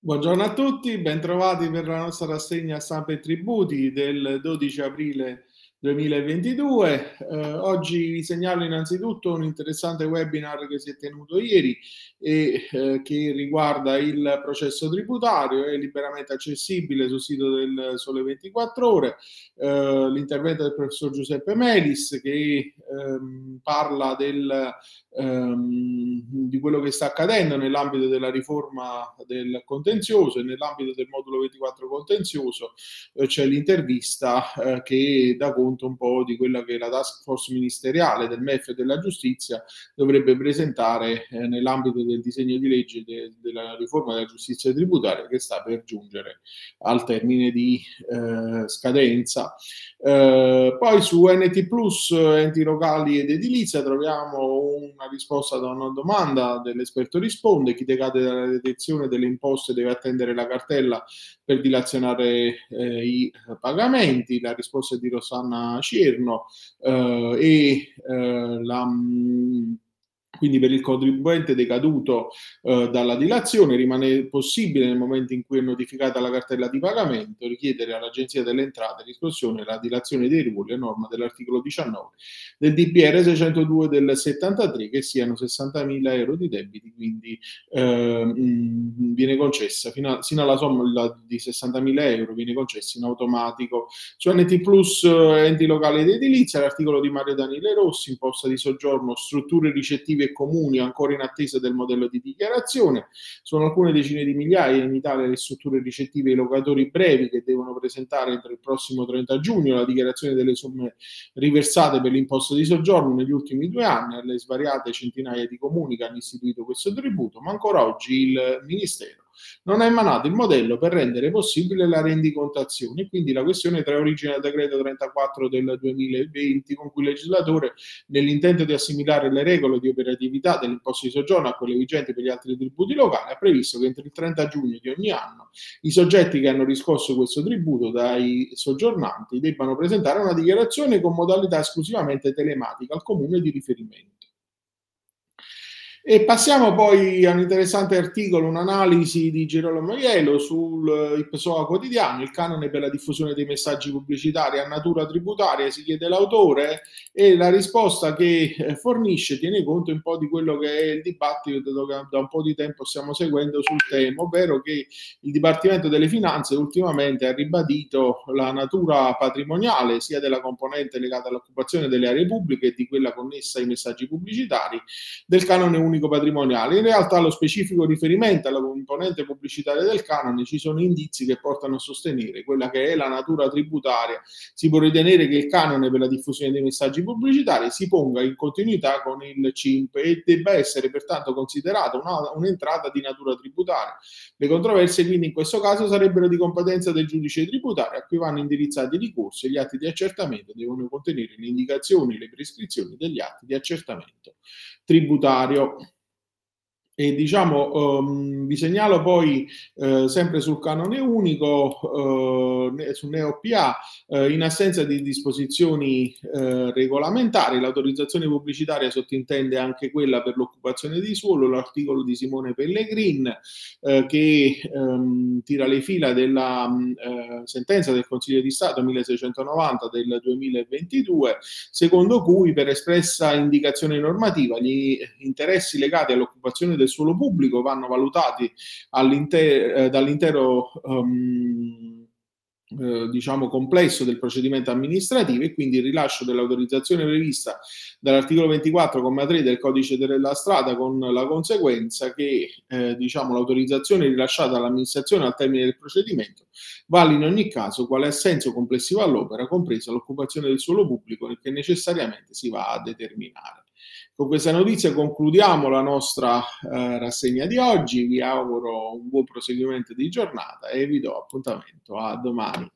Buongiorno a tutti, bentrovati per la nostra rassegna stampa e tributi del 12 aprile 2022. Oggi vi segnalo innanzitutto un interessante webinar che si è tenuto ieri e che riguarda il processo tributario, è liberamente accessibile sul sito del Sole 24 Ore. L'intervento del professor Giuseppe Melis che parla di quello che sta accadendo nell'ambito della riforma del contenzioso, e nell'ambito del modulo 24 contenzioso c'è l'intervista che dà conto un po' di quella che è la task force ministeriale del MEF e della giustizia dovrebbe presentare nell'ambito del disegno di legge della riforma della giustizia tributaria che sta per giungere al termine di scadenza. Poi su NT Plus, enti locali ed edilizia, troviamo una risposta da una domanda dell'esperto risponde: chi decade dalla detenzione delle imposte deve attendere la cartella per dilazionare i pagamenti. La risposta è di Rosanna Cierno quindi per il contribuente decaduto dalla dilazione rimane possibile, nel momento in cui è notificata la cartella di pagamento, richiedere all'Agenzia delle Entrate riscossione la dilazione dei ruoli a norma dell'articolo 19 del DPR 602 del 73, che siano 60.000 euro di debiti, quindi viene concessa sino alla somma di 60.000 euro, viene concessa in automatico. Su NT Plus, enti locali ed edilizia, l'articolo di Mario Daniele Rossi, imposta di soggiorno, strutture ricettive e comuni ancora in attesa del modello di dichiarazione. Sono alcune decine di migliaia in Italia le strutture ricettive e i locatori brevi che devono presentare entro il prossimo 30 giugno la dichiarazione delle somme riversate per l'imposta di soggiorno negli ultimi 2 anni alle svariate centinaia di comuni che hanno istituito questo tributo, ma ancora oggi il Ministero non ha emanato il modello per rendere possibile la rendicontazione, e quindi la questione trae origine dal decreto 34 del 2020, con cui il legislatore, nell'intento di assimilare le regole di operatività dell'imposta di soggiorno a quelle vigenti per gli altri tributi locali, ha previsto che entro il 30 giugno di ogni anno i soggetti che hanno riscosso questo tributo dai soggiornanti debbano presentare una dichiarazione con modalità esclusivamente telematica al comune di riferimento. E passiamo poi a un interessante articolo, un'analisi di Girolamo Aiello sul IPSOA quotidiano, il canone per la diffusione dei messaggi pubblicitari a natura tributaria, si chiede l'autore, e la risposta che fornisce tiene conto un po' di quello che è il dibattito che da un po' di tempo stiamo seguendo sul tema, ovvero che il Dipartimento delle Finanze ultimamente ha ribadito la natura patrimoniale sia della componente legata all'occupazione delle aree pubbliche e di quella connessa ai messaggi pubblicitari del canone unico patrimoniale. In realtà, allo specifico riferimento alla componente pubblicitaria del canone ci sono indizi che portano a sostenere quella che è la natura tributaria. Si può ritenere che il canone per la diffusione dei messaggi pubblicitari si ponga in continuità con il CIMP e debba essere pertanto considerata un'entrata di natura tributaria. Le controversie quindi in questo caso sarebbero di competenza del giudice tributario, a cui vanno indirizzati i ricorsi, e gli atti di accertamento devono contenere le indicazioni e le prescrizioni degli atti di accertamento tributario. E vi segnalo poi sempre sul canone unico, su NeoPA, in assenza di disposizioni regolamentari, l'autorizzazione pubblicitaria sottintende anche quella per l'occupazione di suolo, l'articolo di Simone Pellegrin che tira le fila della sentenza del Consiglio di Stato 1690 del 2022, secondo cui per espressa indicazione normativa gli interessi legati all'occupazione del suolo pubblico vanno valutati dall'intero complesso del procedimento amministrativo, e quindi il rilascio dell'autorizzazione prevista dall'articolo 24,3 del codice della strada, con la conseguenza che l'autorizzazione rilasciata dall'amministrazione al termine del procedimento vale in ogni caso quale assenso complessivo all'opera, compresa l'occupazione del suolo pubblico che necessariamente si va a determinare. Con questa notizia concludiamo la nostra rassegna di oggi, vi auguro un buon proseguimento di giornata e vi do appuntamento a domani.